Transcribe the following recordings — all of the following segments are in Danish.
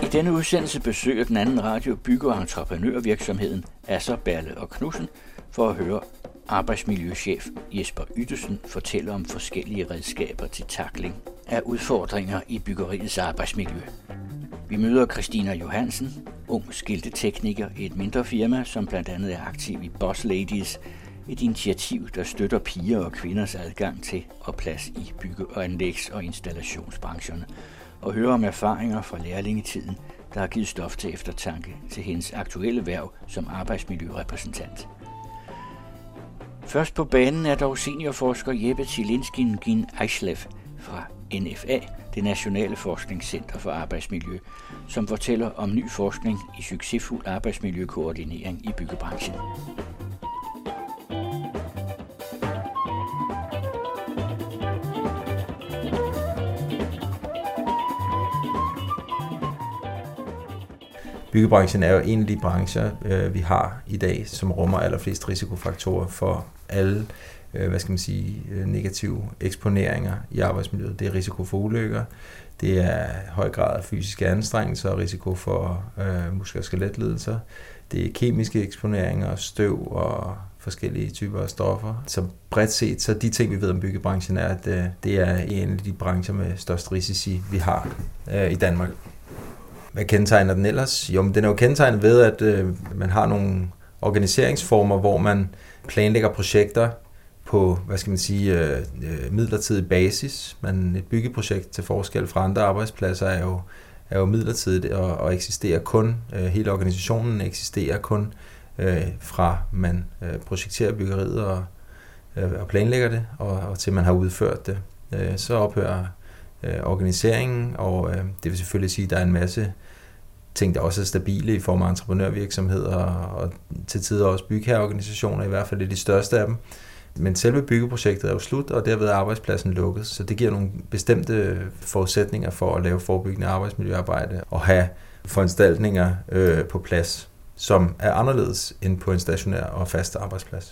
I denne udsendelse besøger den anden radio bygge- og entreprenørvirksomheden Asser, Berle og Knudsen for at høre arbejdsmiljøchef Jesper Yttesen fortælle om forskellige redskaber til tackling af udfordringer i byggeriets arbejdsmiljø. Vi møder Christina Johansen, ung skiltetekniker i et mindre firma, som blandt andet er aktiv i Boss Ladies, et initiativ, der støtter piger og kvinders adgang til og plads i bygge- og anlægs- og installationsbrancherne, og høre om erfaringer fra lærlingetiden, der har givet stof til eftertanke til hendes aktuelle hverv som arbejdsmiljørepræsentant. Først på banen er dog seniorforsker Jeppe Zielinski Eichleff fra NFA, det Nationale Forskningscenter for Arbejdsmiljø, som fortæller om ny forskning i succesfuld arbejdsmiljøkoordinering i byggebranchen. Byggebranchen er jo en af de brancher, vi har i dag, som rummer allerflest risikofaktorer for alle negative eksponeringer i arbejdsmiljøet. Det er risiko for ulykker, det er høj grad af fysiske anstrengelser og risiko for muskel- og skeletlidelser. Det er kemiske eksponeringer, støv og forskellige typer af stoffer. Så bredt set, så de ting, vi ved om byggebranchen, er, at det er en af de brancher med størst risici, vi har i Danmark. Hvad kendetegner den ellers? Jo, men den er jo kendetegnet ved, at man har nogle organiseringsformer, hvor man planlægger projekter på, midlertidig basis. Et byggeprojekt til forskel fra andre arbejdspladser er jo midlertidigt og eksisterer kun, hele organisationen eksisterer kun fra man projekterer byggeriet og planlægger det, og til man har udført det. Så ophører organiseringen, og det vil selvfølgelig sige, at der er en masse ting, der også er stabile i form af entreprenørvirksomheder og til tider også bygherreorganisationer, i hvert fald det de største af dem. Men selve byggeprojektet er jo slut, og derved er arbejdspladsen lukket, så det giver nogle bestemte forudsætninger for at lave forebyggende arbejdsmiljøarbejde og have foranstaltninger på plads, som er anderledes end på en stationær og fast arbejdsplads.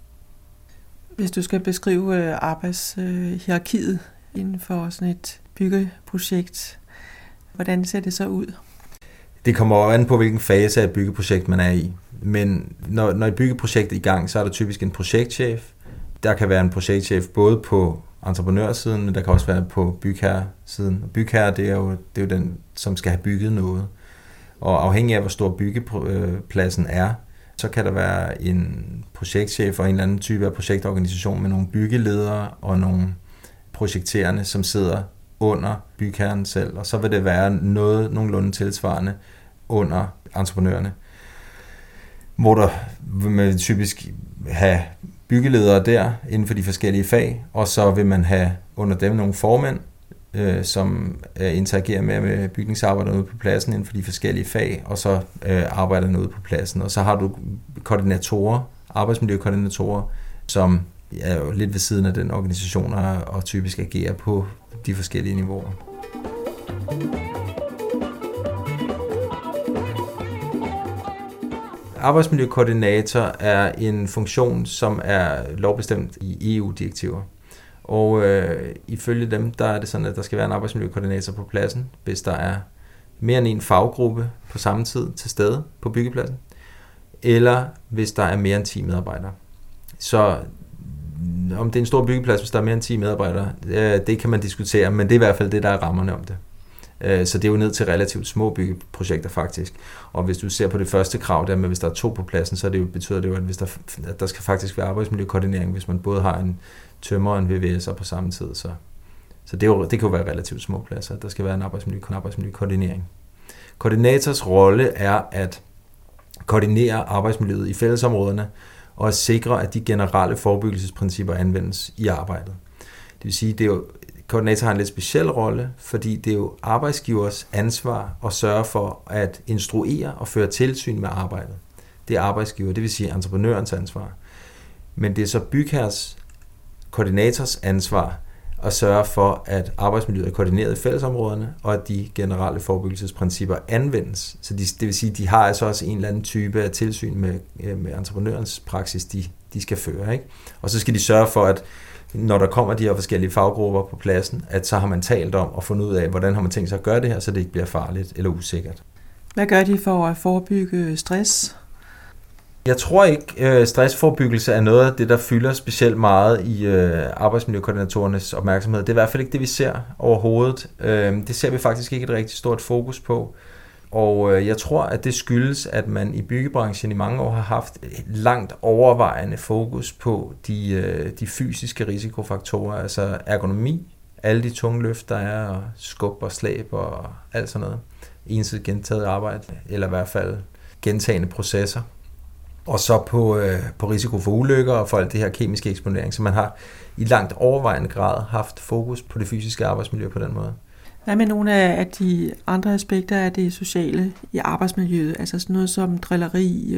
Hvis du skal beskrive arbejdshierarkiet inden for sådan et byggeprojekt, hvordan ser det så ud? Det kommer jo an på, hvilken fase af et byggeprojekt man er i. Men når et byggeprojekt er i gang, så er der typisk en projektchef. Der kan være en projektchef både på entreprenørsiden, men der kan også være på bygherresiden. Bygherre, det er jo den, som skal have bygget noget. Og afhængig af, hvor stor byggepladsen er, så kan der være en projektchef og en eller anden type af projektorganisation med nogle byggeledere og nogle projekterende, som sidder under bygherren selv, og så vil det være noget nogenlunde tilsvarende under entreprenørerne, hvor der vil man typisk have byggeledere der inden for de forskellige fag, og så vil man have under dem nogle formænd, som interagerer med bygningsarbejderne ude på pladsen inden for de forskellige fag, og så arbejderne ude på pladsen. Og så har du koordinatorer, arbejdsmiljøkoordinatorer, som er jo lidt ved siden af den organisation og typisk agerer på de forskellige niveauer. Arbejdsmiljøkoordinator er en funktion, som er lovbestemt i EU-direktiver. Og ifølge dem, der er det sådan, at der skal være en arbejdsmiljøkoordinator på pladsen, hvis der er mere end en faggruppe på samme tid til stede på byggepladsen, eller hvis der er mere end 10 medarbejdere. Så om det er en stor byggeplads, hvis der er mere end 10 medarbejdere, det kan man diskutere, men det er i hvert fald det, der er rammerne om det. Så det er jo ned til relativt små byggeprojekter faktisk. Og hvis du ser på det første krav, der med, hvis der er 2 på pladsen, så betyder det jo, at der skal faktisk være arbejdsmiljøkoordinering, hvis man både har en tømrer og en VVS'er på samme tid. Så det kan jo være relativt små pladser, at der skal være en arbejdsmiljøkoordinering. Koordinators rolle er at koordinere arbejdsmiljøet i fællesområderne, og at sikre, at de generelle forebyggelsesprincipper anvendes i arbejdet. Det vil sige, at koordinator har en lidt speciel rolle, fordi det er jo arbejdsgivers ansvar at sørge for at instruere og føre tilsyn med arbejdet. Det er arbejdsgiver, det vil sige entreprenørens ansvar. Men det er så bygherres koordinators ansvar at sørge for, at arbejdsmiljøet er koordineret i fællesområderne, og at de generelle forebyggelsesprincipper anvendes. Så det vil sige, at de har altså også en eller anden type af tilsyn med entreprenørens praksis, de skal føre. Ikke? Og så skal de sørge for, at når der kommer de her forskellige faggrupper på pladsen, at så har man talt om og fundet ud af, hvordan har man tænkt sig at gøre det her, så det ikke bliver farligt eller usikkert. Hvad gør de for at forebygge stress? Jeg tror ikke, stressforebyggelse er noget af det, der fylder specielt meget i arbejdsmiljøkoordinatorernes opmærksomhed. Det er i hvert fald ikke det, vi ser overhovedet. Det ser vi faktisk ikke et rigtig stort fokus på. Og jeg tror, at det skyldes, at man i byggebranchen i mange år har haft langt overvejende fokus på de fysiske risikofaktorer, altså ergonomi, alle de tunge løft, der er, og skub og slæb og alt sådan noget. Ensidigt gentaget arbejde, eller i hvert fald gentagende processer. Og så på risiko for ulykker og for alt det her kemiske eksponering, så man har i langt overvejende grad haft fokus på det fysiske arbejdsmiljø på den måde. Hvad med nogle af de andre aspekter af det sociale i arbejdsmiljøet? Altså sådan noget som drilleri,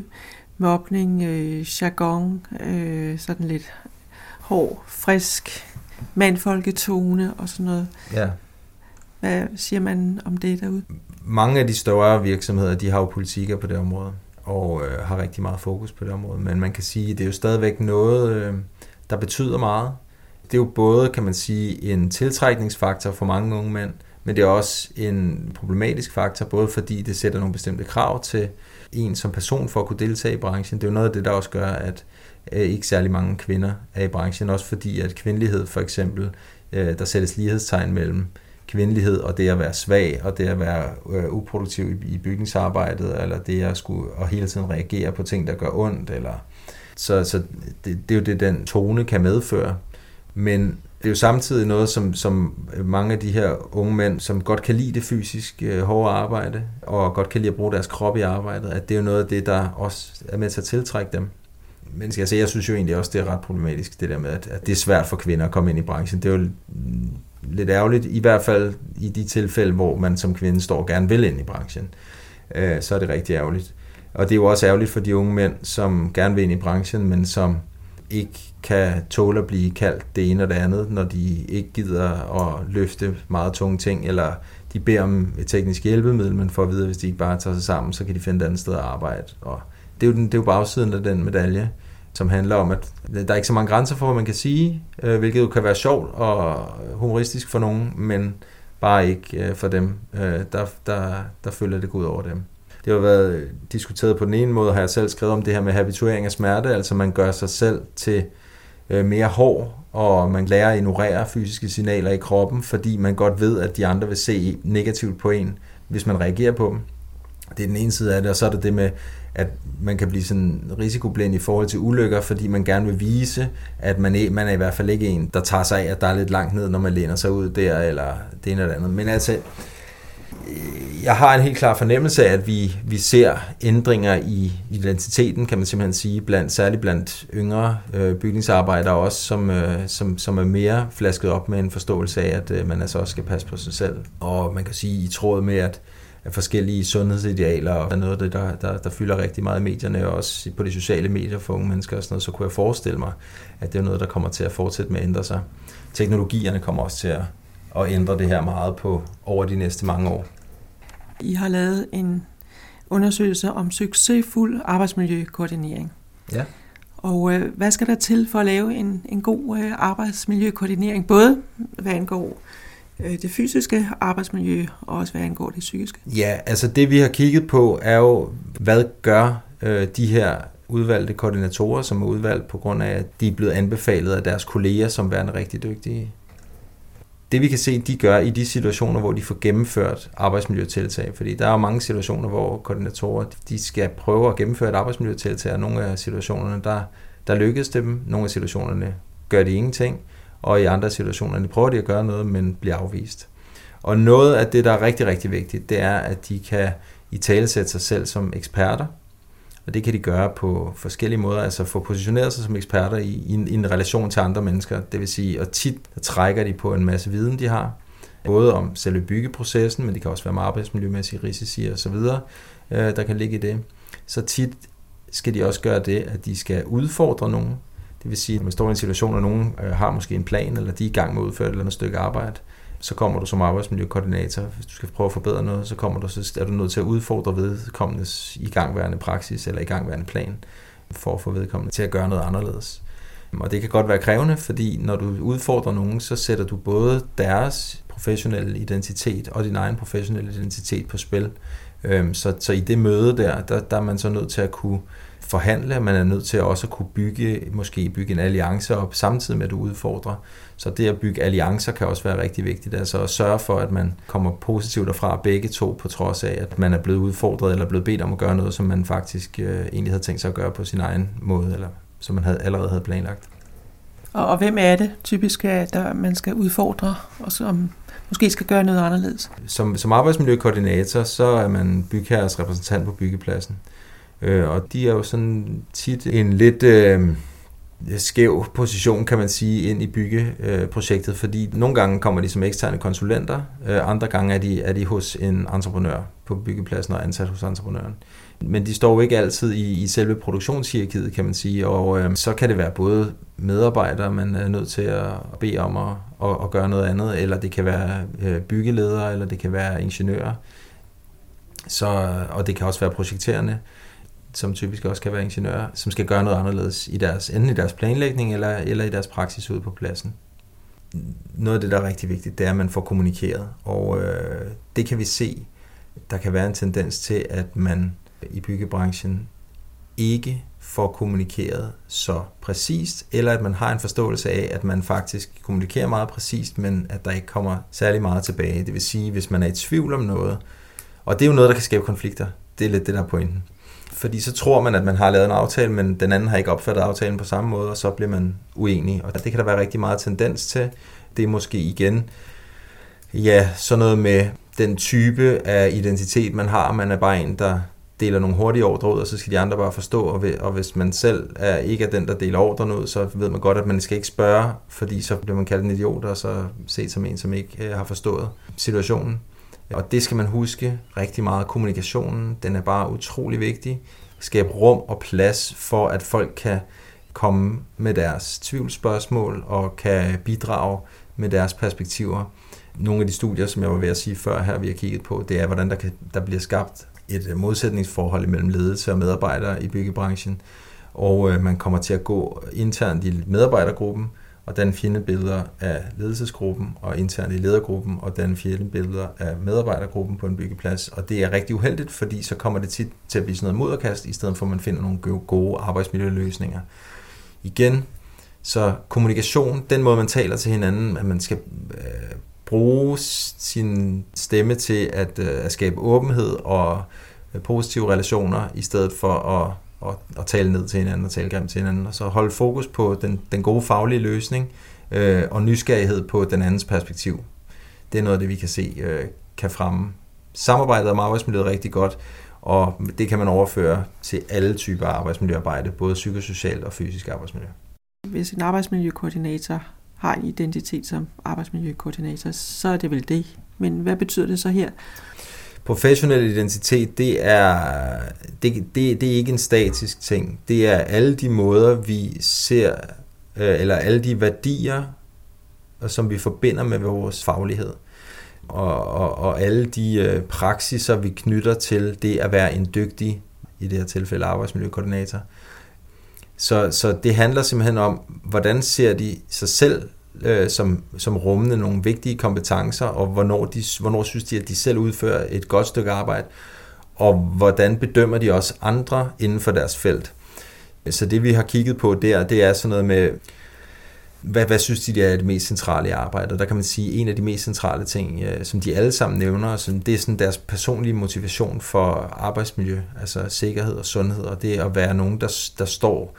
mobning, jargon, sådan lidt hård, frisk, mandfolketone og sådan noget. Ja. Hvad siger man om det derude? Mange af de større virksomheder, de har jo politikker på det område, og har rigtig meget fokus på det område. Men man kan sige, at det er jo stadigvæk noget, der betyder meget. Det er jo både, kan man sige, en tiltrækningsfaktor for mange unge mænd, men det er også en problematisk faktor, både fordi det sætter nogle bestemte krav til en som person for at kunne deltage i branchen. Det er jo noget af det, der også gør, at ikke særlig mange kvinder er i branchen, også fordi at kvindelighed for eksempel, der sættes lighedstegn mellem kvindelighed og det at være svag, og det at være uproduktiv i bygningsarbejdet, eller det at skulle og hele tiden reagere på ting, der gør ondt. Eller så det er jo det, den tone kan medføre. Men det er jo samtidig noget, som mange af de her unge mænd, som godt kan lide det fysisk hårde arbejde, og godt kan lide at bruge deres krop i arbejdet, at det er jo noget af det, der også er med til at tiltrække dem. Men jeg synes jo egentlig også, det er ret problematisk, det der med, at det er svært for kvinder at komme ind i branchen. Det er jo lidt ærgerligt, i hvert fald i de tilfælde, hvor man som kvinde står og gerne vil ind i branchen. Så er det rigtig ærgerligt. Og det er jo også ærgerligt for de unge mænd, som gerne vil ind i branchen, men som ikke kan tåle at blive kaldt det ene og det andet, når de ikke gider at løfte meget tunge ting, eller de beder om et teknisk hjælpemiddel, men for at vide, at hvis de ikke bare tager sig sammen, så kan de finde et andet sted at arbejde. Og det er jo bagsiden af den medalje, som handler om, at der er ikke så mange grænser for, hvad man kan sige, hvilket jo kan være sjovt og humoristisk for nogen, men bare ikke for dem, der føler det går ud over dem. Det har været diskuteret på den ene måde, har jeg selv skrevet om det her med habituering af smerte, altså man gør sig selv til mere hård, og man lærer at ignorere fysiske signaler i kroppen, fordi man godt ved, at de andre vil se negativt på en, hvis man reagerer på dem. Det er den ene side af det, og så er det det med, at man kan blive sådan risikoblind i forhold til ulykker, fordi man gerne vil vise, at man er i hvert fald ikke en, der tager sig af, at der er lidt langt ned, når man læner sig ud der, eller det ene eller andet. Men altså, jeg har en helt klar fornemmelse af, at vi ser ændringer i identiteten, kan man simpelthen sige, særligt blandt yngre bygningsarbejdere også, som er mere flasket op med en forståelse af, at man altså også skal passe på sig selv. Og man kan sige i tråd med, at forskellige sundhedsidealer og noget af det, der fylder rigtig meget i medierne, og også på de sociale medier for unge mennesker og sådan noget, så kunne jeg forestille mig, at det er noget, der kommer til at fortsætte med at ændre sig. Teknologierne kommer også til at ændre det her meget på over de næste mange år. I har lavet en undersøgelse om succesfuld arbejdsmiljøkoordinering. Ja. Og hvad skal der til for at lave en god arbejdsmiljøkoordinering, både hvad angår det fysiske arbejdsmiljø, og også hvad angår det psykiske? Ja, altså det vi har kigget på er jo, hvad gør de her udvalgte koordinatorer, som er udvalgt på grund af, at de er blevet anbefalet af deres kolleger som værende rigtig dygtige. Det vi kan se, de gør i de situationer, hvor de får gennemført arbejdsmiljøtiltag, fordi der er jo mange situationer, hvor koordinatorer de skal prøve at gennemføre et arbejdsmiljøtiltag, og nogle af situationerne, der lykkes det dem, nogle af situationerne gør de ingenting, og i andre situationer prøver de at gøre noget, men bliver afvist. Og noget af det, der er rigtig, rigtig vigtigt, det er, at de kan italesætte sig selv som eksperter, og det kan de gøre på forskellige måder, altså få positioneret sig som eksperter i en relation til andre mennesker, det vil sige, og tit trækker de på en masse viden, de har, både om selve byggeprocessen, men det kan også være med arbejdsmiljømæssige risici og så videre, der kan ligge i det. Så tit skal de også gøre det, at de skal udfordre nogen. Det vil sige, at man står i en situation, og nogen har måske en plan, eller de er i gang med at udføre et eller andet stykke arbejde, så kommer du som arbejdsmiljøkoordinator, hvis du skal prøve at forbedre noget, så er du nødt til at udfordre vedkommendes igangværende praksis eller igangværende plan, for at få vedkommende til at gøre noget anderledes. Og det kan godt være krævende, fordi når du udfordrer nogen, så sætter du både deres professionelle identitet og din egen professionelle identitet på spil. Så i det møde der er man så nødt til at kunne forhandle, man er nødt til at også kunne bygge en alliance op, samtidig med at du udfordrer. Så det at bygge alliancer kan også være rigtig vigtigt, altså at sørge for, at man kommer positivt derfra begge to, på trods af, at man er blevet udfordret eller blevet bedt om at gøre noget, som man faktisk egentlig havde tænkt sig at gøre på sin egen måde, eller som man allerede havde planlagt. Og hvem er det typisk, at man skal udfordre, og som måske skal gøre noget anderledes? Som arbejdsmiljøkoordinator, så er man bygherres repræsentant på byggepladsen. Og de er jo sådan tit en lidt skæv position, kan man sige, ind i byggeprojektet, fordi nogle gange kommer de som eksterne konsulenter, andre gange er de hos en entreprenør på byggepladsen og ansat hos entreprenøren. Men de står jo ikke altid i selve produktionshierarkiet, kan man sige, og så kan det være både medarbejdere, man er nødt til at bede om at gøre noget andet, eller det kan være byggeledere, eller det kan være ingeniører, og det kan også være projekterende, som typisk også kan være ingeniører, som skal gøre noget anderledes enten i deres planlægning eller i deres praksis ude på pladsen. Noget af det, der er rigtig vigtigt, det er, at man får kommunikeret, og det kan vi se, der kan være en tendens til, at man i byggebranchen ikke får kommunikeret så præcist, eller at man har en forståelse af, at man faktisk kommunikerer meget præcist, men at der ikke kommer særlig meget tilbage. Det vil sige, hvis man er i tvivl om noget, og det er jo noget, der kan skabe konflikter. Det er lidt det, der er pointen. Fordi så tror man, at man har lavet en aftale, men den anden har ikke opfattet aftalen på samme måde, og så bliver man uenig. Og det kan der være rigtig meget tendens til. Det er måske igen, sådan noget med den type af identitet, man har. Man er bare en, der deler nogle hurtige ordre ud, og så skal de andre bare forstå. Og hvis man selv ikke er den, der deler ordrene ud, så ved man godt, at man skal ikke spørge, fordi så bliver man kaldt en idiot, og så set som en, som ikke har forstået situationen. Og det skal man huske rigtig meget. Kommunikationen, den er bare utrolig vigtig. Skabe rum og plads for, at folk kan komme med deres tvivlsspørgsmål og kan bidrage med deres perspektiver. Nogle af de studier, som jeg var ved at sige før her, vi har kigget på, det er, hvordan der bliver skabt et modsætningsforhold mellem ledelse og medarbejdere i byggebranchen. Og man kommer til at gå internt i medarbejdergruppen, og danne fjendebilleder af ledelsesgruppen, og internt i ledergruppen, og danne fjendebilleder af medarbejdergruppen på en byggeplads. Og det er rigtig uheldigt, fordi så kommer det tit til at blive sådan noget mudderkast, i stedet for at man finder nogle gode arbejdsmiljøløsninger. Igen, så kommunikation, den måde man taler til hinanden, at man skal bruge sin stemme til at skabe åbenhed og positive relationer, i stedet for at tale ned til hinanden og tale grimt til hinanden, og så holde fokus på den gode faglige løsning og nysgerrighed på den andens perspektiv. Det er noget af det, vi kan se kan fremme samarbejdet om arbejdsmiljøet rigtig godt, og det kan man overføre til alle typer af arbejdsmiljøarbejde, både psykosocialt og fysisk arbejdsmiljø. Hvis en arbejdsmiljøkoordinator har en identitet som arbejdsmiljøkoordinator, så er det vel det. Men hvad betyder det så her? Professionel identitet, det er ikke en statisk ting. Det er alle de måder, vi ser, eller alle de værdier, som vi forbinder med vores faglighed. Og alle de praksiser, vi knytter til det at være en dygtig, i det her tilfælde arbejdsmiljøkoordinator. Så det handler simpelthen om, hvordan ser de sig selv som rummende nogle vigtige kompetencer, og hvornår synes de, at de selv udfører et godt stykke arbejde, og hvordan bedømmer de også andre inden for deres felt. Så det vi har kigget på det er sådan noget med, hvad synes de er det mest centrale i arbejdet. Der kan man sige, en af de mest centrale ting, som de alle sammen nævner, det er sådan deres personlige motivation for arbejdsmiljø, altså sikkerhed og sundhed, og det at være nogen, der står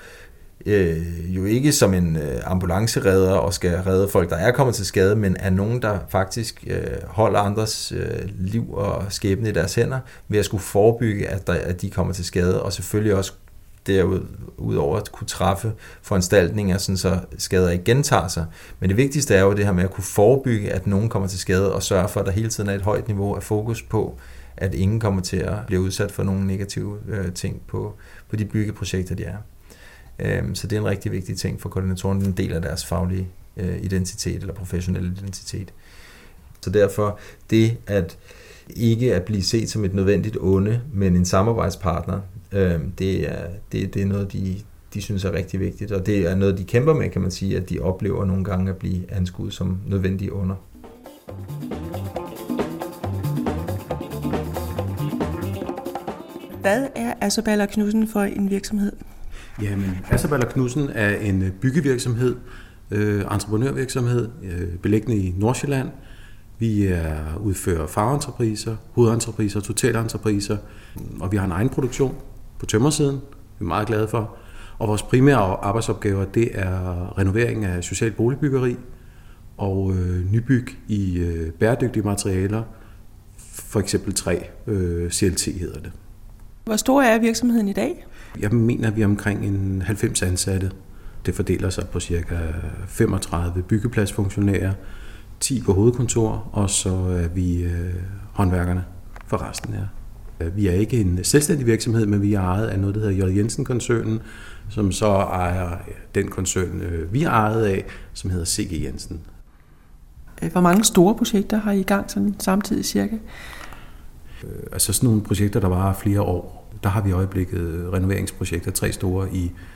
jo ikke som en ambulanceredder og skal redde folk, der er kommet til skade, men er nogen, der faktisk holder andres liv og skæbne i deres hænder ved at skulle forebygge, at de kommer til skade, og selvfølgelig også derudover at kunne træffe foranstaltninger, sådan så skader ikke gentager sig. Men det vigtigste er jo det her med at kunne forebygge, at nogen kommer til skade, og sørge for, at der hele tiden er et højt niveau af fokus på, at ingen kommer til at blive udsat for nogle negative ting på de byggeprojekter, de er. Så det er en rigtig vigtig ting for koordinatoren, en del af deres faglige identitet eller professionelle identitet. Så derfor det ikke at blive set som et nødvendigt onde, men en samarbejdspartner, det er noget, de synes er rigtig vigtigt. Og det er noget, de kæmper med, kan man sige, at de oplever nogle gange at blive anskuet som nødvendige under. Hvad er Asserballe & Knudsen for en virksomhed? Jamen, Asserballe & Knudsen er en byggevirksomhed, entreprenørvirksomhed, beliggende i Nordsjælland. Vi udfører farveentrepriser, hovedentrepriser, totalentrepriser, og vi har en egen produktion på tømmersiden, vi er meget glade for. Og vores primære arbejdsopgaver, det er renovering af socialt boligbyggeri og nybyg i bæredygtige materialer, for eksempel træ, CLT hedder det. Hvor stor er virksomheden i dag? Jeg mener, at vi er omkring 90 ansatte. Det fordeler sig på ca. 35 byggepladsfunktionærer, 10 på hovedkontor, og så er vi håndværkerne for resten her. Vi er ikke en selvstændig virksomhed, men vi er ejet af noget, der hedder J. Jensen-koncernen, som så ejer den koncern, vi er ejet af, som hedder C.G. Jensen. Hvor mange store projekter har I i gang sådan samtidig cirka? Altså sådan nogle projekter, der varer flere år. Der har vi i øjeblikket renoveringsprojekter, 3 store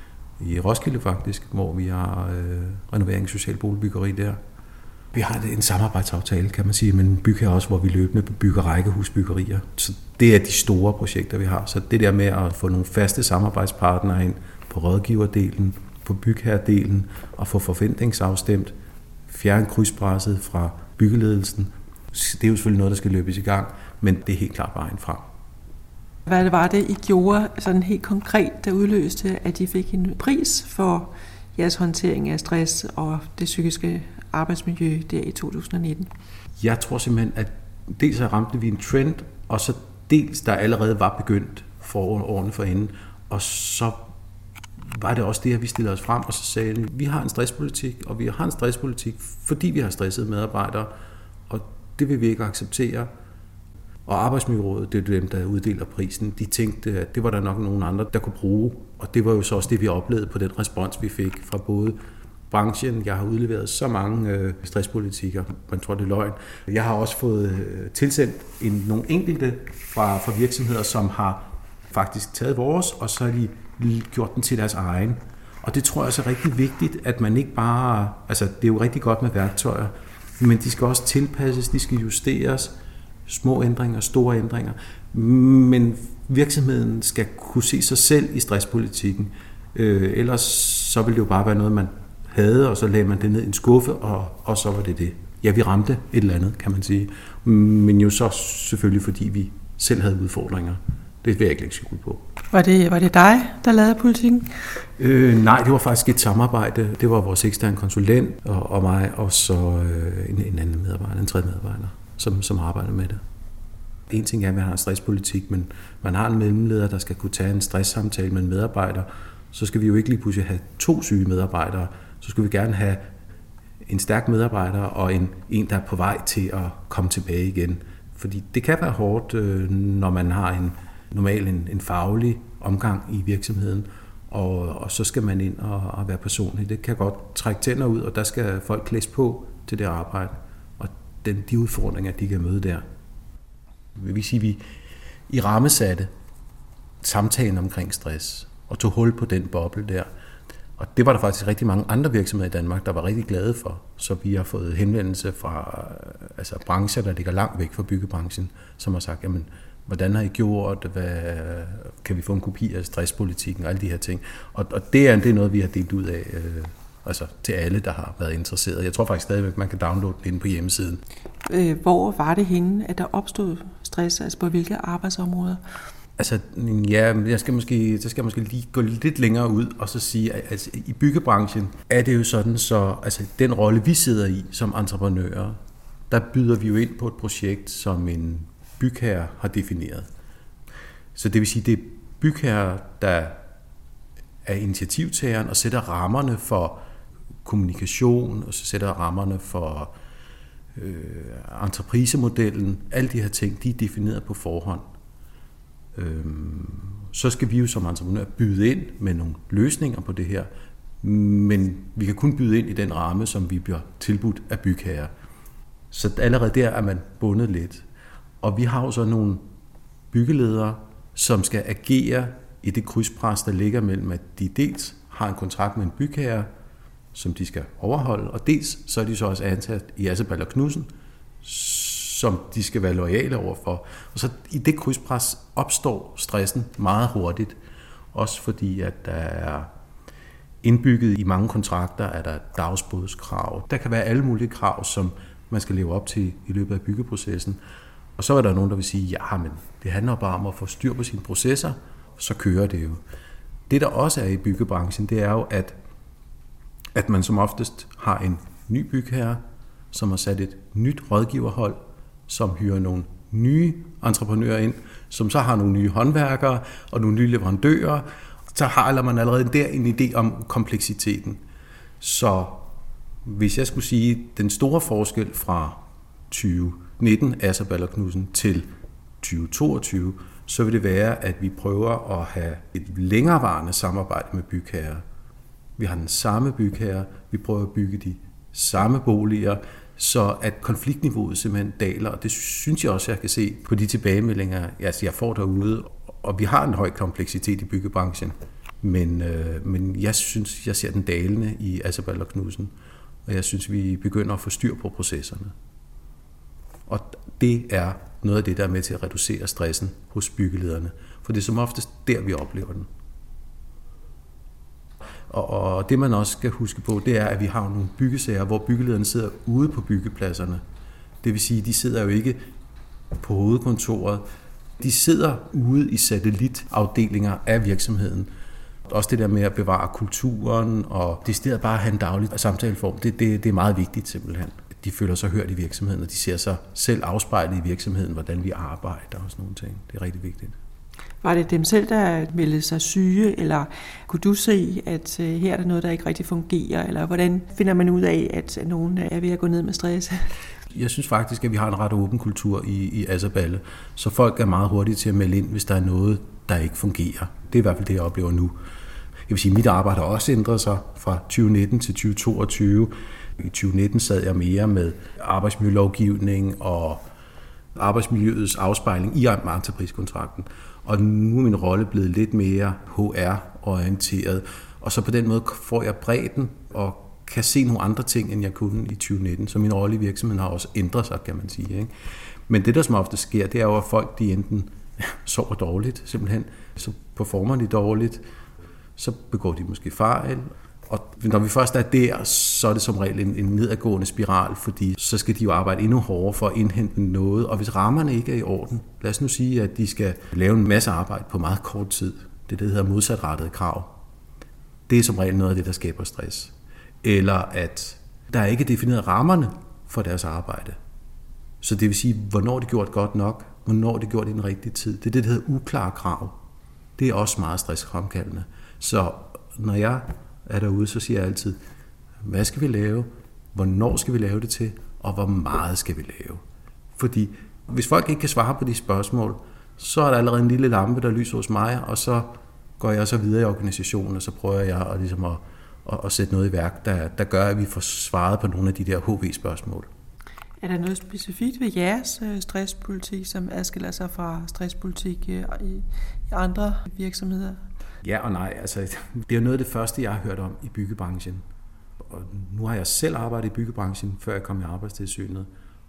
i Roskilde faktisk, hvor vi har renovering af socialt boligbyggeri der. Vi har en samarbejdsaftale, kan man sige, men bygger også, hvor vi løbende bygger rækkehusbyggerier. Så det er de store projekter, vi har. Så det der med at få nogle faste samarbejdspartnere ind på rådgiverdelen, på bygherredelen og få forventningsafstemt, fjerne krydspresset fra byggeledelsen. Det er jo selvfølgelig noget, der skal løbes i gang, men det er helt klart vejen frem. Hvad var det, I gjorde sådan helt konkret, der udløste, at I fik en pris for jeres håndtering af stress og det psykiske arbejdsmiljø der i 2019? Jeg tror simpelthen, at dels ramte vi en trend, og så dels der allerede var begyndt for årene forinden, og så var det også det, at vi stillede os frem og så sagde, at vi har en stresspolitik, og vi har en stresspolitik, fordi vi har stressede medarbejdere, og det vil vi ikke acceptere. Og Arbejdsmiljørådet, det er dem, der uddeler prisen, de tænkte, at det var der nok nogen andre, der kunne bruge, og det var jo så også det, vi oplevede på den respons, vi fik fra både branchen. Jeg har udleveret så mange stresspolitikker, man tror, det er løgn. Jeg har også fået tilsendt nogle enkelte fra virksomheder, som har faktisk taget vores, og så har de gjort den til deres egen. Og det tror jeg også er rigtig vigtigt, at man ikke bare... Altså, det er jo rigtig godt med værktøjer, men de skal også tilpasses, de skal justeres. Små ændringer, store ændringer. Men virksomheden skal kunne se sig selv i stresspolitikken. Ellers så ville det jo bare være noget, man havde, og så lagde man det ned i en skuffe, og så var det det. Ja, vi ramte et eller andet, kan man sige. Men jo så selvfølgelig, fordi vi selv havde udfordringer. Det vil jeg ikke lægge skjul på. Var det dig, der lavede politikken? Nej, det var faktisk et samarbejde. Det var vores eksterne konsulent og mig, og så en anden medarbejder, en tredje medarbejder, som arbejder med det. En ting er, at man har en stresspolitik, men man har en mellemleder, der skal kunne tage en stresssamtale med en medarbejder. Så skal vi jo ikke lige pludselig have 2 syge medarbejdere. Så skal vi gerne have en stærk medarbejder og en, der er på vej til at komme tilbage igen. Fordi det kan være hårdt, når man har normalt en faglig omgang i virksomheden, og så skal man ind og være personlig. Det kan godt trække tænder ud, og der skal folk klædes på til det arbejde. Og de udfordringer, de kan møde der. Det vil sige, at vi i rammesatte samtalen omkring stress og tog hul på den boble der. Og det var der faktisk rigtig mange andre virksomheder i Danmark, der var rigtig glade for. Så vi har fået henvendelse fra brancher, der ligger langt væk fra byggebranchen, som har sagt, jamen, hvordan har I gjort, kan vi få en kopi af stresspolitikken og alle de her ting. Og det er noget, vi har delt ud af til alle, der har været interesseret. Jeg tror faktisk stadigvæk, man kan downloade den inde på hjemmesiden. Hvor var det henne, at der opstod stress, altså på hvilke arbejdsområder? Altså, ja, jeg skal måske lige gå lidt længere ud og så sige, at altså, i byggebranchen er det jo sådan, så altså, den rolle, vi sidder i som entreprenører, der byder vi jo ind på et projekt, som en bygherre har defineret. Så det vil sige, det er bygherre, der er initiativtageren og sætter rammerne for kommunikation, og så sætter rammerne for entreprisemodellen. Alle de her ting, de er defineret på forhånd. Så skal vi jo som entreprenør byde ind med nogle løsninger på det her, men vi kan kun byde ind i den ramme, som vi bliver tilbudt af bygherrer. Så allerede der er man bundet lidt. Og vi har jo så nogle byggeledere, som skal agere i det krydspres, der ligger mellem, at de dels har en kontrakt med en bygherre, som de skal overholde, og dels så er de så også ansat i Assebal og Knudsen, som de skal være loyale overfor. Og så i det krydspres opstår stressen meget hurtigt, også fordi at der er indbygget i mange kontrakter, er der dagsbodskrav. Der kan være alle mulige krav, som man skal leve op til i løbet af byggeprocessen. Og så er der nogen, der vil sige, ja, men det handler bare om at få styr på sine processer, så kører det jo. Det, der også er i byggebranchen, det er jo, at man som oftest har en ny bygherre, som har sat et nyt rådgiverhold, som hyrer nogle nye entreprenører ind, som så har nogle nye håndværkere og nogle nye leverandører. Så har man allerede der en idé om kompleksiteten. Så hvis jeg skulle sige, den store forskel fra 2019, Assebal og Knudsen, til 2022, så vil det være, at vi prøver at have et længerevarende samarbejde med bygherrer. Vi har den samme bygherre, vi prøver at bygge de samme boliger, så at konfliktniveauet simpelthen daler, og det synes jeg også, jeg kan se på de tilbagemeldinger, jeg får derude, og vi har en høj kompleksitet i byggebranchen, men jeg synes, jeg ser den dalende i Assebal og Knudsen, og jeg synes, vi begynder at få styr på processerne. Og det er noget af det, der er med til at reducere stressen hos byggelederne, for det er som oftest der, vi oplever den. Og det man også skal huske på, det er, at vi har nogle byggesager, hvor byggelederne sidder ude på byggepladserne. Det vil sige, de sidder jo ikke på hovedkontoret. De sidder ude i satellitafdelinger af virksomheden. Også det der med at bevare kulturen og det stedet bare at have en daglig samtaleform, det er meget vigtigt simpelthen. De føler sig hørt i virksomheden, og de ser sig selv afspejlet i virksomheden, hvordan vi arbejder og sådan nogle ting. Det er rigtig vigtigt. Var det dem selv, der meldte sig syge, eller kunne du se, at her er der noget, der ikke rigtig fungerer, eller hvordan finder man ud af, at nogen er ved at gå ned med stress? Jeg synes faktisk, at vi har en ret åben kultur i Assebal, så folk er meget hurtige til at melde ind, hvis der er noget, der ikke fungerer. Det er i hvert fald det, jeg oplever nu. Jeg vil sige, at mit arbejde har også ændret sig fra 2019 til 2022. I 2019 sad jeg mere med arbejdsmiljølovgivning og arbejdsmiljøets afspejling i entrepriskontrakten. Og nu er min rolle blevet lidt mere HR-orienteret. Og så på den måde får jeg bredden og kan se nogle andre ting, end jeg kunne i 2019. Så min rolle i virksomheden har også ændret sig, kan man sige. Ikke? Men det, der som ofte sker, det er jo, at folk de enten sover dårligt, simpelthen, så performer de dårligt, så begår de måske fejl. Og når vi først er der, så er det som regel en nedadgående spiral, fordi så skal de jo arbejde endnu hårdere for at indhente noget. Og hvis rammerne ikke er i orden, lad os nu sige, at de skal lave en masse arbejde på meget kort tid. Det hedder modsatrettede krav. Det er som regel noget af det, der skaber stress. Eller at der ikke er defineret rammerne for deres arbejde. Så det vil sige, hvornår det gjort godt nok, hvornår det gjort i den rigtige tid. Det er det, der hedder uklare krav. Det er også meget stressfremkaldende. Så når jeg er derude, så siger jeg altid, hvad skal vi lave, hvornår skal vi lave det til, og hvor meget skal vi lave. Fordi hvis folk ikke kan svare på de spørgsmål, så er der allerede en lille lampe, der lyser hos mig, og så går jeg så videre i organisationen, og så prøver jeg at, ligesom at sætte noget i værk, der gør, at vi får svaret på nogle af de der HV-spørgsmål. Er der noget specifikt ved jeres stresspolitik, som adskiller sig fra stresspolitik i andre virksomheder? Ja og nej. Altså, det er jo noget af det første, jeg har hørt om i byggebranchen. Og nu har jeg selv arbejdet i byggebranchen, før jeg kom i Arbejdstilsynet.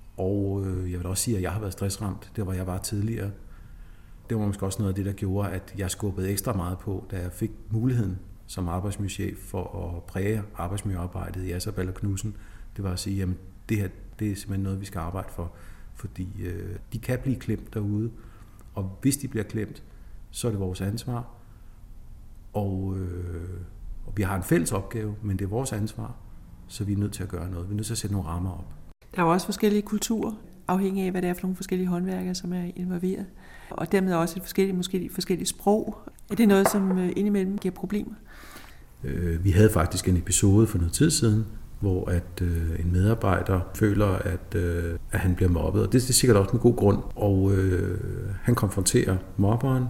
Og jeg vil også sige, at jeg har været stressramt, der hvor jeg var tidligere. Det var måske også noget af det, der gjorde, at jeg skubbede ekstra meget på, da jeg fik muligheden som arbejdsmiljøchef for at præge arbejdsmiljøarbejdet i Assebal og Knudsen. Det var at sige, at det her det er simpelthen noget, vi skal arbejde for. Fordi de kan blive klemt derude, og hvis de bliver klemt, så er det vores ansvar. Og vi har en fælles opgave, men det er vores ansvar, så vi er nødt til at gøre noget. Vi er nødt til at sætte nogle rammer op. Der er jo også forskellige kulturer, afhængig af, hvad det er for nogle forskellige håndværkere, som er involveret. Og dermed også forskellige sprog. Er det noget, som indimellem giver problemer? Vi havde faktisk en episode for noget tid siden, hvor at en medarbejder føler, at han bliver mobbet. Og det er sikkert også med god grund. Og han konfronterer mobberen,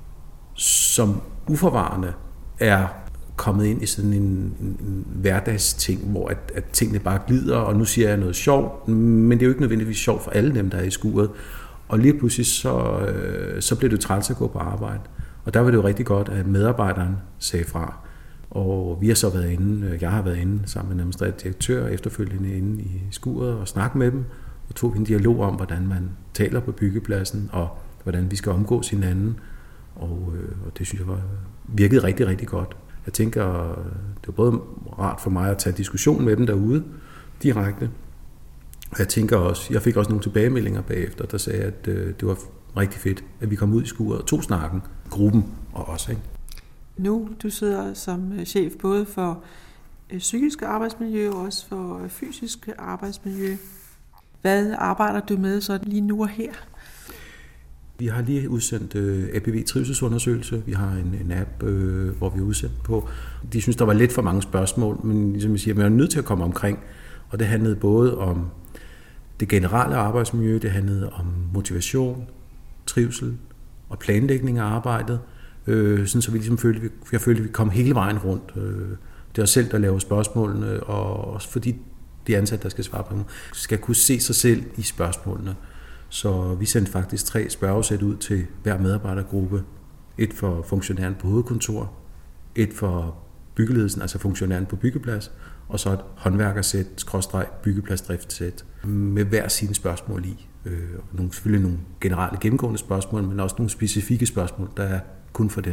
som uforvarende er kommet ind i sådan en hverdagsting, hvor at tingene bare glider, og nu siger jeg noget sjovt, men det er jo ikke nødvendigvis sjovt for alle dem, der er i skuret. Og lige pludselig så bliver det træls at gå på arbejde. Og der var det jo rigtig godt, at medarbejderen sagde fra. Og vi har så været inde, jeg har været inde sammen med en administrerende direktør, efterfølgende inde i skuret og snakket med dem, og tog en dialog om, hvordan man taler på byggepladsen, og hvordan vi skal omgås hinanden. Og det synes jeg virkede rigtig, rigtig godt. Jeg tænker, det var både rart for mig at tage diskussion med dem derude direkte. Og jeg tænker også, jeg fik også nogle tilbagemeldinger bagefter, der sagde, at det var rigtig fedt, at vi kom ud i skuret og tog snakken, gruppen og os, ikke? Nu, du sidder som chef både for psykisk arbejdsmiljø og også for fysisk arbejdsmiljø. Hvad arbejder du med så lige nu og her? Vi har lige udsendt APV trivselsundersøgelse. Vi har en app, hvor vi er udsendt på. De synes, der var lidt for mange spørgsmål, men ligesom jeg siger, man er nødt til at komme omkring. Og det handlede både om det generelle arbejdsmiljø, det handlede om motivation, trivsel og planlægning af arbejdet. Sådan så vi ligesom følte, at vi kom hele vejen rundt. Det er os selv, der laver spørgsmålene, og også fordi de ansatte, der skal svare på dem, skal kunne se sig selv i spørgsmålene. Så vi sendte faktisk 3 spørgesæt ud til hver medarbejdergruppe. Et for funktionæren på hovedkontor, et for byggeledelsen, altså funktionæren på byggeplads, og så et håndværkersæt, byggepladsdriftssæt, med hver sine spørgsmål i. Selvfølgelig nogle generelle gennemgående spørgsmål, men også nogle specifikke spørgsmål, der er kun for dem.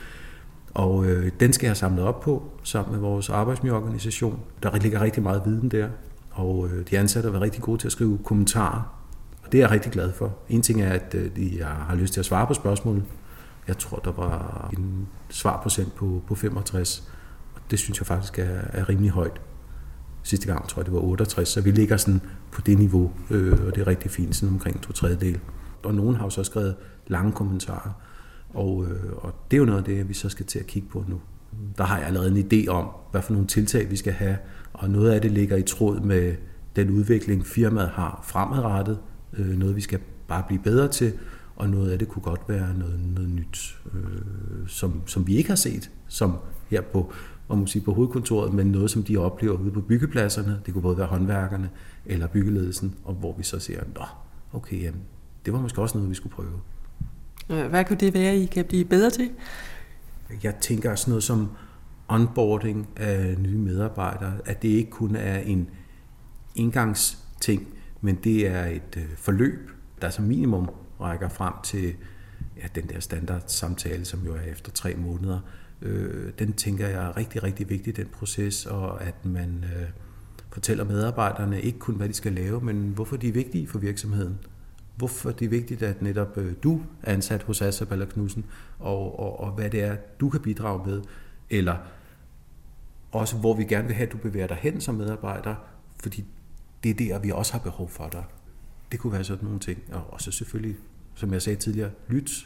Og den skal jeg have samlet op på, sammen med vores arbejdsmiljøorganisation. Der ligger rigtig meget viden der, og de ansatte har været rigtig gode til at skrive kommentarer. Og det er jeg rigtig glad for. En ting er, at de har lyst til at svare på spørgsmålet. Jeg tror, der var en svarprocent på 65, og det synes jeg faktisk er rimelig højt. Sidste gang tror jeg, det var 68, så vi ligger sådan på det niveau, og det er rigtig fint, sådan omkring 2/3. Og nogen har jo så skrevet lange kommentarer, og det er jo noget af det, vi så skal til at kigge på nu. Der har jeg allerede en idé om, hvad for nogle tiltag vi skal have, og noget af det ligger i tråd med den udvikling, firmaet har fremadrettet, noget vi skal bare blive bedre til, og noget af det kunne godt være noget nyt, som vi ikke har set, som her på hovedkontoret, men noget, som de oplever ude på byggepladserne. Det kunne både være håndværkerne eller byggeledelsen, og hvor vi så siger, okay, jamen, det var måske også noget, vi skulle prøve. Hvad kunne det være, I kan blive bedre til? Jeg tænker sådan noget som onboarding af nye medarbejdere, at det ikke kun er en indgangsting, men det er et forløb, der som minimum rækker frem til den der standardsamtale, som jo er efter 3 måneder. Den tænker jeg er rigtig, rigtig vigtig, den proces, og at man fortæller medarbejderne ikke kun, hvad de skal lave, men hvorfor de er vigtige for virksomheden. Hvorfor det er vigtigt, at netop du er ansat hos Assa Balder Knudsen, og hvad det er, du kan bidrage med, eller også hvor vi gerne vil have, at du bevæger dig hen som medarbejder, fordi det er der, vi også har behov for dig. Det kunne være sådan nogle ting, og også selvfølgelig, som jeg sagde tidligere, lyt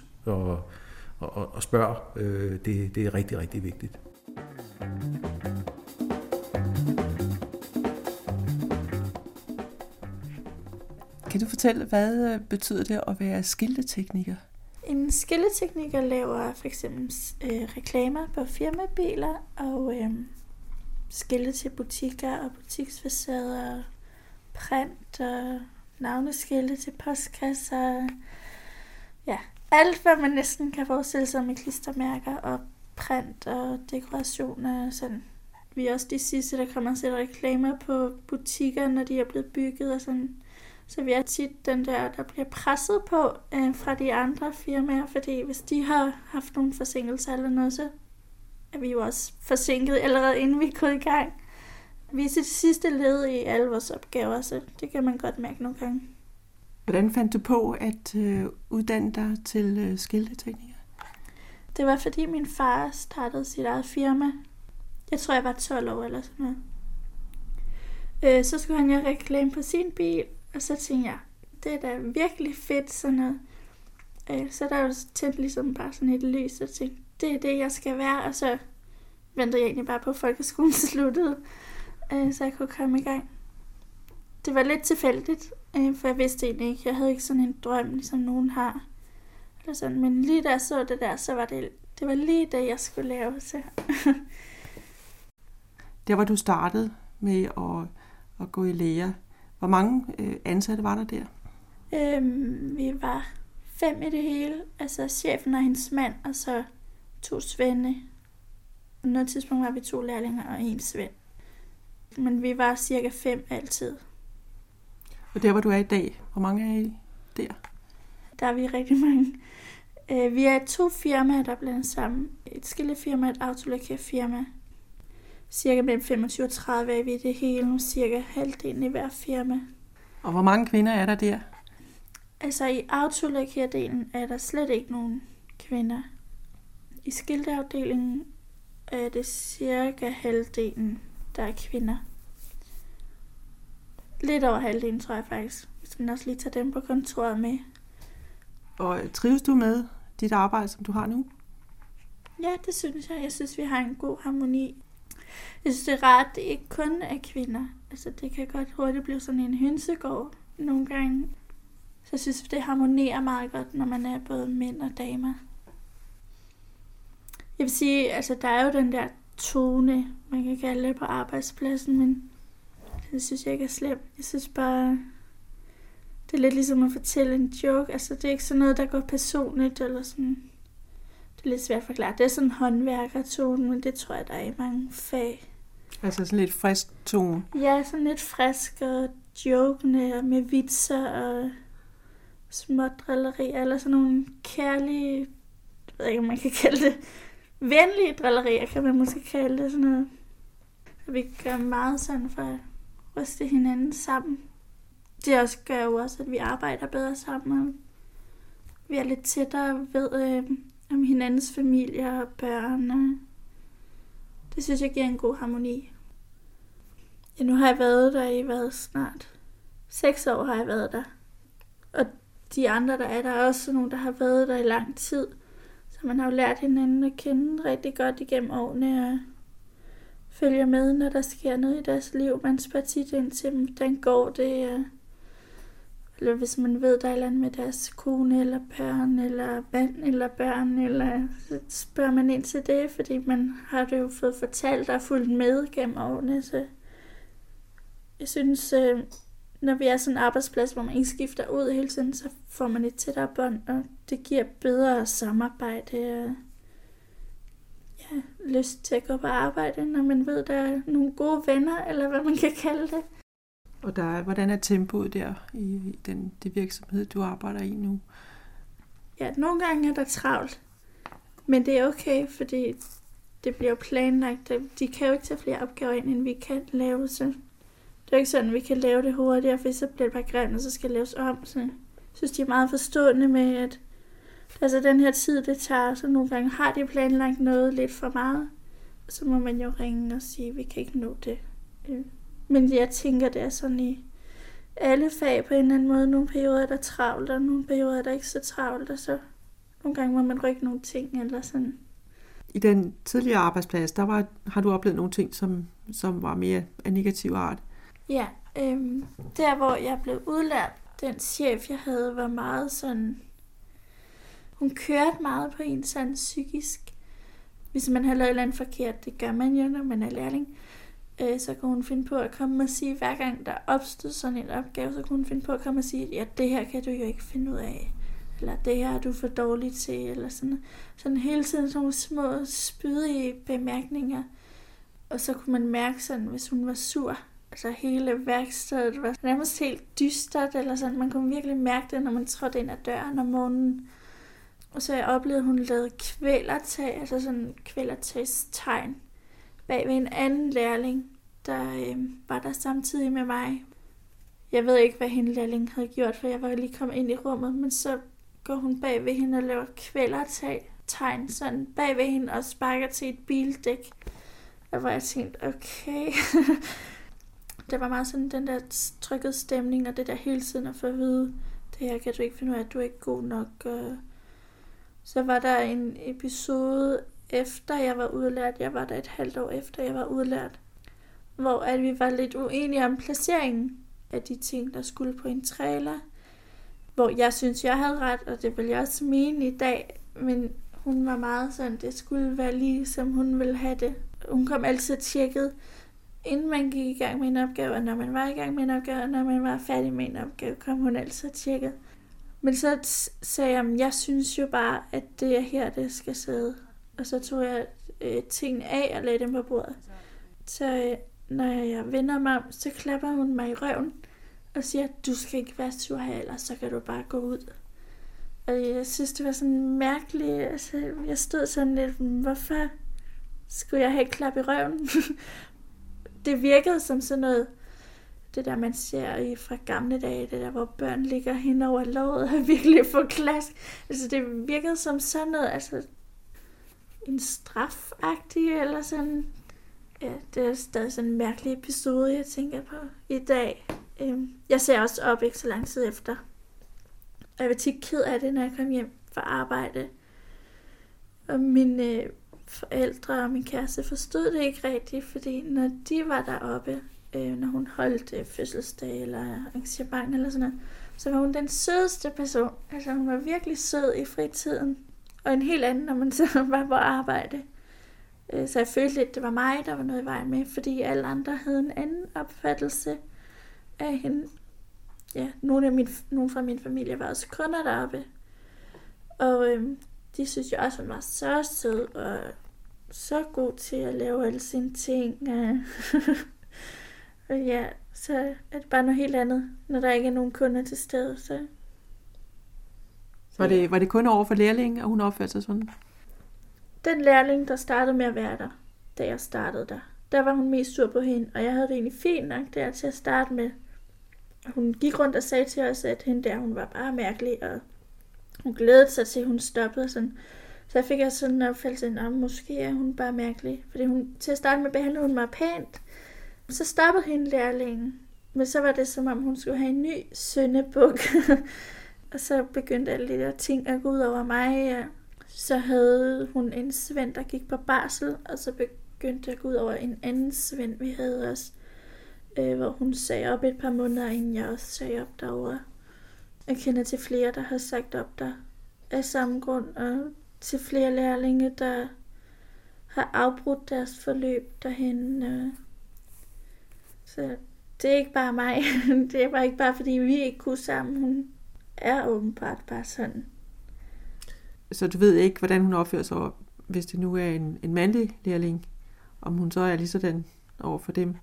og spørg. Det er rigtig, rigtig vigtigt. Kan du fortælle, hvad betyder det at være skiltetekniker? En skiltetekniker laver for eksempel reklamer på firmabiler og skilte til butikker og butiksfacader, print og navneskilte til postkasser. Ja, alt hvad man næsten kan forestille sig med klistermærker og print og dekorationer og sådan. Vi er også de sidste, der kommer og sætter reklamer på butikker, når de er blevet bygget og sådan. Så vi er tit den der bliver presset på fra de andre firmaer, fordi hvis de har haft nogle forsinkelser eller noget, så er vi jo også forsinket allerede inden vi er gået i gang. Vi er til det sidste led i alle vores opgaver, så det kan man godt mærke nogle gange. Hvordan fandt du på at uddanne dig til skiltetekniker? Det var fordi min far startede sit eget firma. Jeg tror, jeg var 12 år eller sådan noget. Så skulle han jo reklame på sin bil, og så tænkte jeg, det er da virkelig fedt sådan noget. Så der var tændt ligesom bare sådan et lys, og tænkte, det er det, jeg skal være. Og så ventede jeg egentlig bare på, at folkeskolen sluttede, så jeg kunne komme i gang. Det var lidt tilfældigt, for jeg vidste egentlig ikke, jeg havde ikke sådan en drøm, ligesom nogen har. Eller sådan. Men lige da jeg så det der, så var det var lige det, jeg skulle lave. Så. Der hvor du startede med at gå i lære, hvor mange ansatte var der der? Vi var 5 i det hele. Altså chefen og hendes mand, og så 2 svende. På noget tidspunkt var vi 2 lærlinger og 1 svend. Men vi var cirka 5 altid. Og der, hvor du er i dag, hvor mange er I der? Der er vi rigtig mange. Vi er 2 firmaer, der er blandet sammen. Et skillefirma og et autolakierfirma. Cirka mellem 25 og 30 er vi i det hele. Nu cirka halvdelen i hver firma. Og hvor mange kvinder er der? Altså i autolakierdelen er der slet ikke nogen kvinder. I skilteafdelingen er det cirka halvdelen, der er kvinder. Lidt over halvdelen, tror jeg faktisk. Hvis man også lige tager dem på kontoret med. Og trives du med dit arbejde, som du har nu? Ja, det synes jeg. Jeg synes, vi har en god harmoni. Jeg synes, det er rart, at det ikke kun er kvinder. Altså, det kan godt hurtigt blive sådan en hønsegård nogle gange. Så jeg synes, det harmonerer meget godt, når man er både mænd og damer. Jeg vil sige, altså, der er jo den der tone, man kan kalde det på arbejdspladsen, men det synes jeg ikke er slemt. Jeg synes bare, det er lidt ligesom at fortælle en joke. Altså, det er ikke sådan noget, der går personligt, eller sådan. Det er lidt svært at forklare. Det er sådan en håndværkertone, men det tror jeg, der er i mange fag. Altså sådan lidt frisk tone? Ja, sådan lidt frisk og jokende, og med vitser og smådrillerier, eller sådan nogle kærlige, jeg ved ikke, om man kan kalde det, venlige drillerier, kan man måske kalde det, sådan noget. Og vi gør meget sådan for at ryste hinanden sammen. Det også gør jo også, at vi arbejder bedre sammen, og vi er lidt tættere ved om hinandens familier og børn. Og det synes jeg giver en god harmoni. Ja, nu har jeg været der i snart 6 år har jeg været der. Og de andre, der er også nogle, der har været der i lang tid. Så man har jo lært hinanden at kende rigtig godt igennem årene og følger med, når der sker noget i deres liv. Man spørger tit ind til dem, hvordan går det? Eller hvis man ved, der er et eller andet med deres kone eller børn, eller mand eller børn, eller så spørger man ind til det, fordi man har det jo fået fortalt og fulgt med gennem årene. Så jeg synes, når vi er sådan en arbejdsplads, hvor man ikke skifter ud hele tiden, så får man et tættere bånd, og det giver bedre samarbejde og lyst til at gå på arbejde, når man ved, der er nogle gode venner, eller hvad man kan kalde det. Og hvordan er tempoet der i det virksomhed, du arbejder i nu? Ja, nogle gange er der travlt, men det er okay, fordi det bliver planlagt. De kan jo ikke tage flere opgaver ind, end vi kan lave, så det er ikke sådan, at vi kan lave det hurtigere, for så bliver det bare grimt, og så skal det laves om. Så jeg synes, de er meget forstående med, at altså den her tid, det tager, så nogle gange har de planlagt noget lidt for meget, og så må man jo ringe og sige, at vi kan ikke nå det. Men jeg tænker, det er sådan i alle fag på en eller anden måde. Nogle perioder er der travlt, og nogle perioder er der ikke så travlt, og så nogle gange må man rykke nogle ting, eller sådan. I den tidligere arbejdsplads, har du oplevet nogle ting, som var mere af negativ art? Ja, der hvor jeg blev udlært, den chef jeg havde, var meget sådan, hun kørte meget på en sådan psykisk. Hvis man har lavet et eller andet forkert, det gør man jo, når man er lærling, så kunne hun finde på at komme og sige, hver gang der opstod sådan en opgave, så kunne hun finde på at komme og sige, ja, det her kan du jo ikke finde ud af, eller det her er du for dårlig til, eller sådan hele tiden sådan nogle små spydige bemærkninger. Og så kunne man mærke sådan, hvis hun var sur, altså hele værkstedet var nærmest helt dystert, eller sådan, man kunne virkelig mærke det, når man trådte ind ad døren om morgenen. Og så jeg oplevede, at hun lavede kvælertag, altså sådan kvælertagstegn, bag ved en anden lærling, der var der samtidig med mig. Jeg ved ikke, hvad hende lærling havde gjort, for jeg var lige kommet ind i rummet, men så går hun bag ved hende og laver kvælertegn sådan bag ved hende og sparker til et bildæk. Og hvor jeg tænkte, okay. Det var meget sådan den der trykkede stemning, og det der hele tiden at få at vide, det her kan du ikke finde ud af, du er ikke god nok. Så var der en episode efter jeg var udlært, jeg var der et halvt år efter jeg var udlært, hvor at vi var lidt uenige om placeringen af de ting, der skulle på en trailer. Hvor jeg synes, jeg havde ret, og det vil jeg også mene i dag, men hun var meget sådan, det skulle være lige som hun ville have det. Hun kom altid tjekket, inden man gik i gang med en opgave, og når man var i gang med en opgave, og når man var færdig med en opgave, kom hun altid tjekket. Men så sagde jeg, jeg synes jo bare, at det er her, det skal sidde. Og så tog jeg tingene af og lagde dem på bordet. Så når jeg vender mig om, så klapper hun mig i røven og siger, du skal ikke være sur her, ellers så kan du bare gå ud. Og jeg synes, det var sådan mærkeligt. Altså, jeg stod sådan lidt, hvorfor skulle jeg have et klap i røven? Det virkede som sådan noget, det der man ser fra gamle dage, det der hvor børn ligger hen over låret og virkelig får klask. Altså det virkede som sådan noget, altså en strafagtig eller sådan. Ja, det er stadig sådan en mærkelig episode, jeg tænker på i dag. Jeg ser også op ikke så lang tid efter. Og jeg var tit ked af det, når jeg kom hjem fra arbejde. Og mine forældre og min kæreste forstod det ikke rigtigt, fordi når de var deroppe, når hun holdt fødselsdag eller arrangement eller sådan noget, så var hun den sødeste person. Altså hun var virkelig sød i fritiden. Og en helt anden, når man så var på arbejde. Så jeg følte lidt, det var mig, der var noget i vejen med, fordi alle andre havde en anden opfattelse af hende. Ja, nogle fra min familie var også kunder deroppe. Og de synes jo også, hun var så sød og så god til at lave alle sine ting. Og ja, så er det bare noget helt andet, når der ikke er nogen kunder til stede. Så. Var det kun over for lærlingen, at hun opførte sig sådan? Den lærling, der startede med at være der, da jeg startede der var hun mest sur på hende, og jeg havde det egentlig fint nok der til at starte med. Hun gik rundt og sagde til os, at hende der, hun var bare mærkelig, og hun glædede sig til, at hun stoppede. Sådan. Så jeg fik også sådan en opfattelse, at måske er hun bare mærkelig. Fordi til at starte med behandlede hun mig pænt. Så stoppede hende lærlingen. Men så var det som om, hun skulle have en ny syndebuk. Og så begyndte alle de der ting at gå ud over mig. Ja. Så havde hun en svend, der gik på barsel, og så begyndte det at gå ud over en anden svend, vi havde også. Hvor hun sagde op et par måneder, inden jeg også sagde op derovre. Jeg kender til flere, der har sagt op der af samme grund, og til flere lærlinge, der har afbrudt deres forløb derhen. Så det er ikke bare mig. Det er bare ikke bare, fordi vi ikke kunne sammen. Hun er åbenbart bare sådan. Så du ved ikke, hvordan hun opfører sig, hvis det nu er en mandlig lærling, om hun så er lige sådan over for dem?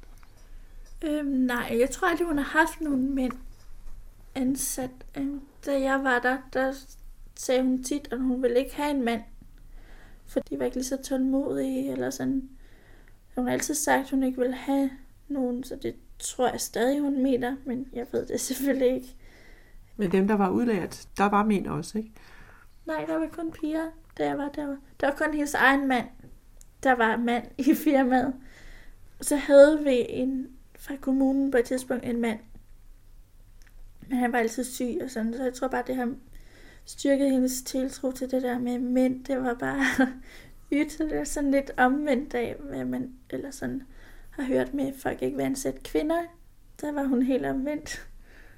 Nej, jeg tror aldrig, hun har haft nogen mænd ansat. Da jeg var der sagde hun tit, at hun ville ikke have en mand, for de var ikke lige så tålmodige, eller sådan. Hun har altid sagt, at hun ikke ville have nogen, så det tror jeg stadig, hun mener, men jeg ved det selvfølgelig ikke. Men dem, der var udlært, der var mænd også, ikke? Nej, der var kun piger, da jeg var der. Der var kun hendes egen mand, der var mand i firmaet. Så havde vi fra kommunen på et tidspunkt en mand, men han var altid syg og sådan, så jeg tror bare, det har styrket hendes tiltro til det der med mænd. Det var bare så det er sådan lidt omvendt af, hvad man eller sådan har hørt med, at folk ikke vil ansætte kvinder. Der var hun helt omvendt.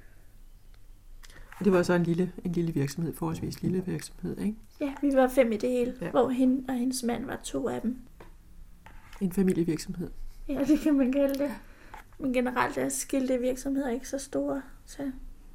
Det var så en lille virksomhed, forholdsvis lille virksomhed, ikke? Ja, vi var 5 i det hele, hvor hende og hendes mand var 2 af dem. En familievirksomhed. Ja, det kan man kalde det. Men generelt er skilte virksomheder ikke så store, så.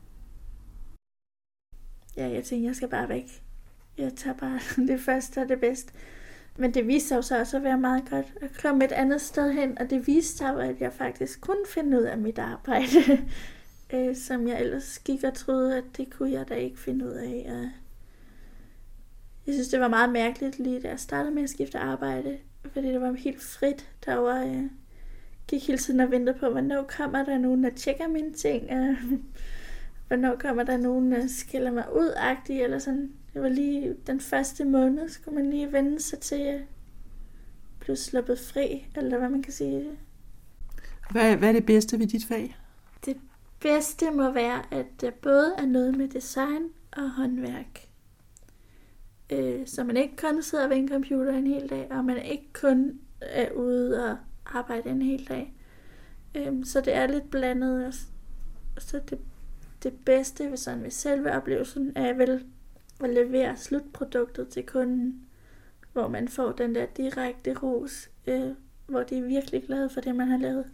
Ja, jeg tænkte, jeg skal bare væk. Jeg tager bare det første og det bedste. Men det viste sig jo så også at være meget godt at komme et andet sted hen, og det viste sig, at jeg faktisk kunne finde ud af mit arbejde, som jeg ellers gik og troede, at det kunne jeg da ikke finde ud af. Og jeg synes, det var meget mærkeligt lige da jeg startede med at skifte arbejde, fordi det var helt frit derovre. Jeg gik hele tiden og ventede på, hvornår kommer der nogen, der tjekker mine ting, og hvornår kommer der nogen, der skiller mig ud-agtigt, eller sådan. Det var lige den første måned, skulle man lige vende sig til at blive sluppet fri, eller hvad man kan sige. Hvad er det bedste ved dit fag? Det bedste må være, at der både er noget med design og håndværk. Så man ikke kun sidder ved en computer en hel dag, og man ikke kun er ude og arbejde en hel dag. Så det er lidt blandet. Og så det bedste ved sådan ved selve oplevelsen er vel at levere slutproduktet til kunden, hvor man får den der direkte ros, hvor de er virkelig glade for det, man har lavet.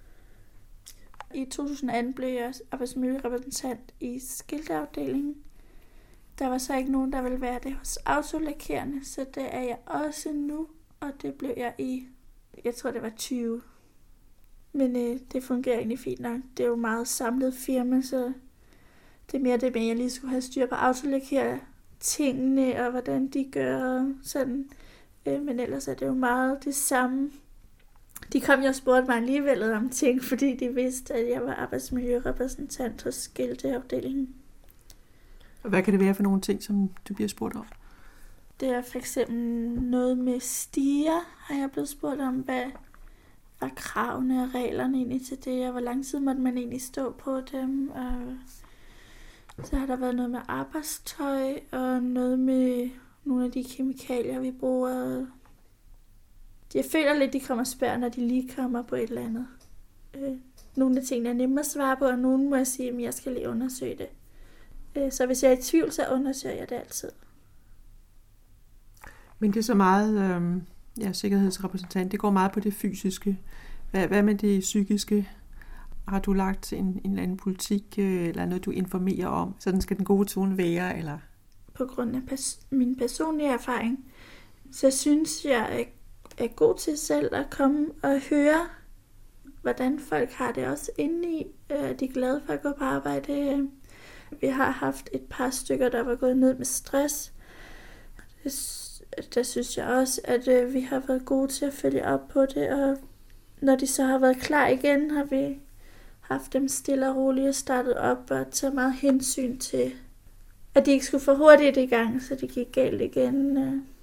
I 2018 blev jeg arbejdsmiljørepræsentant i skilteafdelingen. Der var så ikke nogen, der ville være det hos autolakerende, så det er jeg også nu. og det blev jeg jeg tror det var 20. Men det fungerer egentlig fint nok. Det er jo meget samlet firma, så det er mere det med, at jeg lige skulle have styr på autolakere tingene, og hvordan de gør sådan. Men ellers er det jo meget det samme. De kom jo og spurgte mig alligevel om ting, fordi de vidste, at jeg var arbejdsmiljørepræsentant hos skilteafdelingen. Og hvad kan det være for nogle ting, som du bliver spurgt om? Det er for eksempel noget med stiger, har jeg blevet spurgt om, hvad var kravene og reglerne egentlig til det, og hvor lang tid måtte man egentlig stå på dem. Og så har der været noget med arbejdstøj, og noget med nogle af de kemikalier, vi bruger. Jeg føler lidt, de kommer og spørger, når de lige kommer på et eller andet. Nogle af tingene er nemme at svare på, og nogle må jeg sige, at jeg skal lige undersøge det. Så hvis jeg er i tvivl, så undersøger jeg det altid. Men det er så meget, sikkerhedsrepræsentant, det går meget på det fysiske. Hvad med det psykiske? Har du lagt en eller anden politik, eller noget, du informerer om? Sådan skal den gode tone være, eller? På grund af min personlige erfaring, så synes jeg er god til selv at komme og høre, hvordan folk har det også indeni. De er glade for at gå på arbejde. Vi har haft et par stykker, der var gået ned med stress. Der synes jeg også, at vi har været gode til at følge op på det, og når de så har været klar igen, har vi haft dem stille og roligt og startet op og taget meget hensyn til, at de ikke skulle for hurtigt i gang, så det gik galt igen.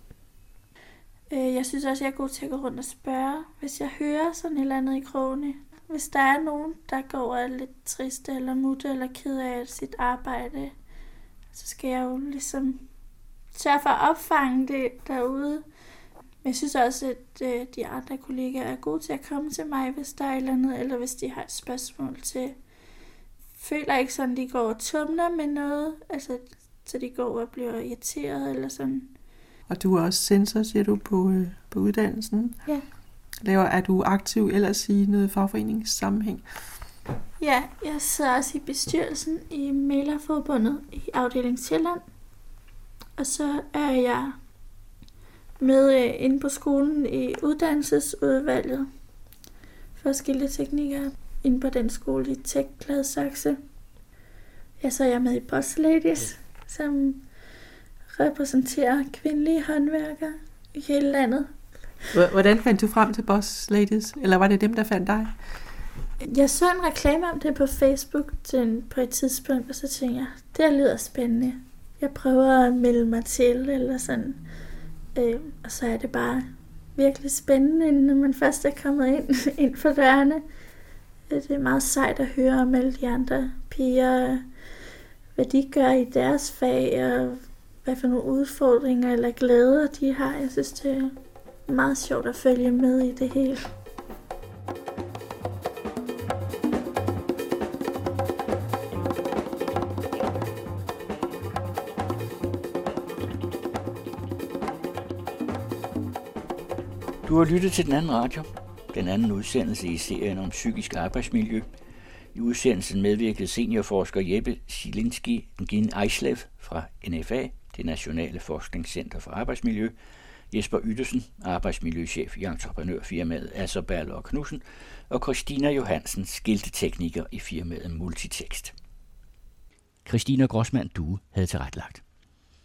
Jeg synes også, jeg er god til at gå rundt og spørge, hvis jeg hører sådan et eller andet i krogene. Hvis der er nogen, der går og er lidt triste eller mutte eller ked af sit arbejde, så skal jeg jo ligesom sørge for at opfange det derude. Men jeg synes også, at de andre kollegaer er gode til at komme til mig, hvis der er et eller andet, eller hvis de har et spørgsmål til. Føler ikke sådan, de går og tumler med noget, altså så de går og bliver irriteret eller sådan. Og du er også censor, siger du, på uddannelsen. Ja. Er du aktiv ellers i noget fagforeningssammenhæng? Ja, jeg sidder også i bestyrelsen i Malerforbundet i afdeling Sjælland. Og så er jeg med inde på skolen i uddannelsesudvalget for skilteteknikere inde på den skole i Tech-Gladsaxe. Ja, så er jeg med i Boss Ladies, som repræsenterer kvindelige håndværkere i hele landet. Hvordan fandt du frem til Boss Ladies? Eller var det dem, der fandt dig? Jeg så en reklame om det på Facebook på et tidspunkt, og så tænkte jeg, det lyder spændende. Jeg prøver at melde mig til, eller sådan. Og så er det bare virkelig spændende, når man først er kommet ind for dørene. Det er meget sejt at høre om alle de andre piger, hvad de gør i deres fag, og hvad for nogle udfordringer eller glæder de har. Jeg synes, det er meget sjovt at følge med i det hele. Du har lyttet til Den Anden Radio, den anden udsendelse i serien om psykisk arbejdsmiljø. I udsendelsen medvirkede seniorforsker Jeppe Zielinski Ngin Eislev fra NFA, det Nationale Forskningscenter for Arbejdsmiljø, Jesper Yttesen, arbejdsmiljøchef i entreprenørfirmaet Asser Balle & Knudsen, og Christina Johansen, skiltetekniker i firmaet Multitext. Christina Grossmann Due havde tilrettelagt.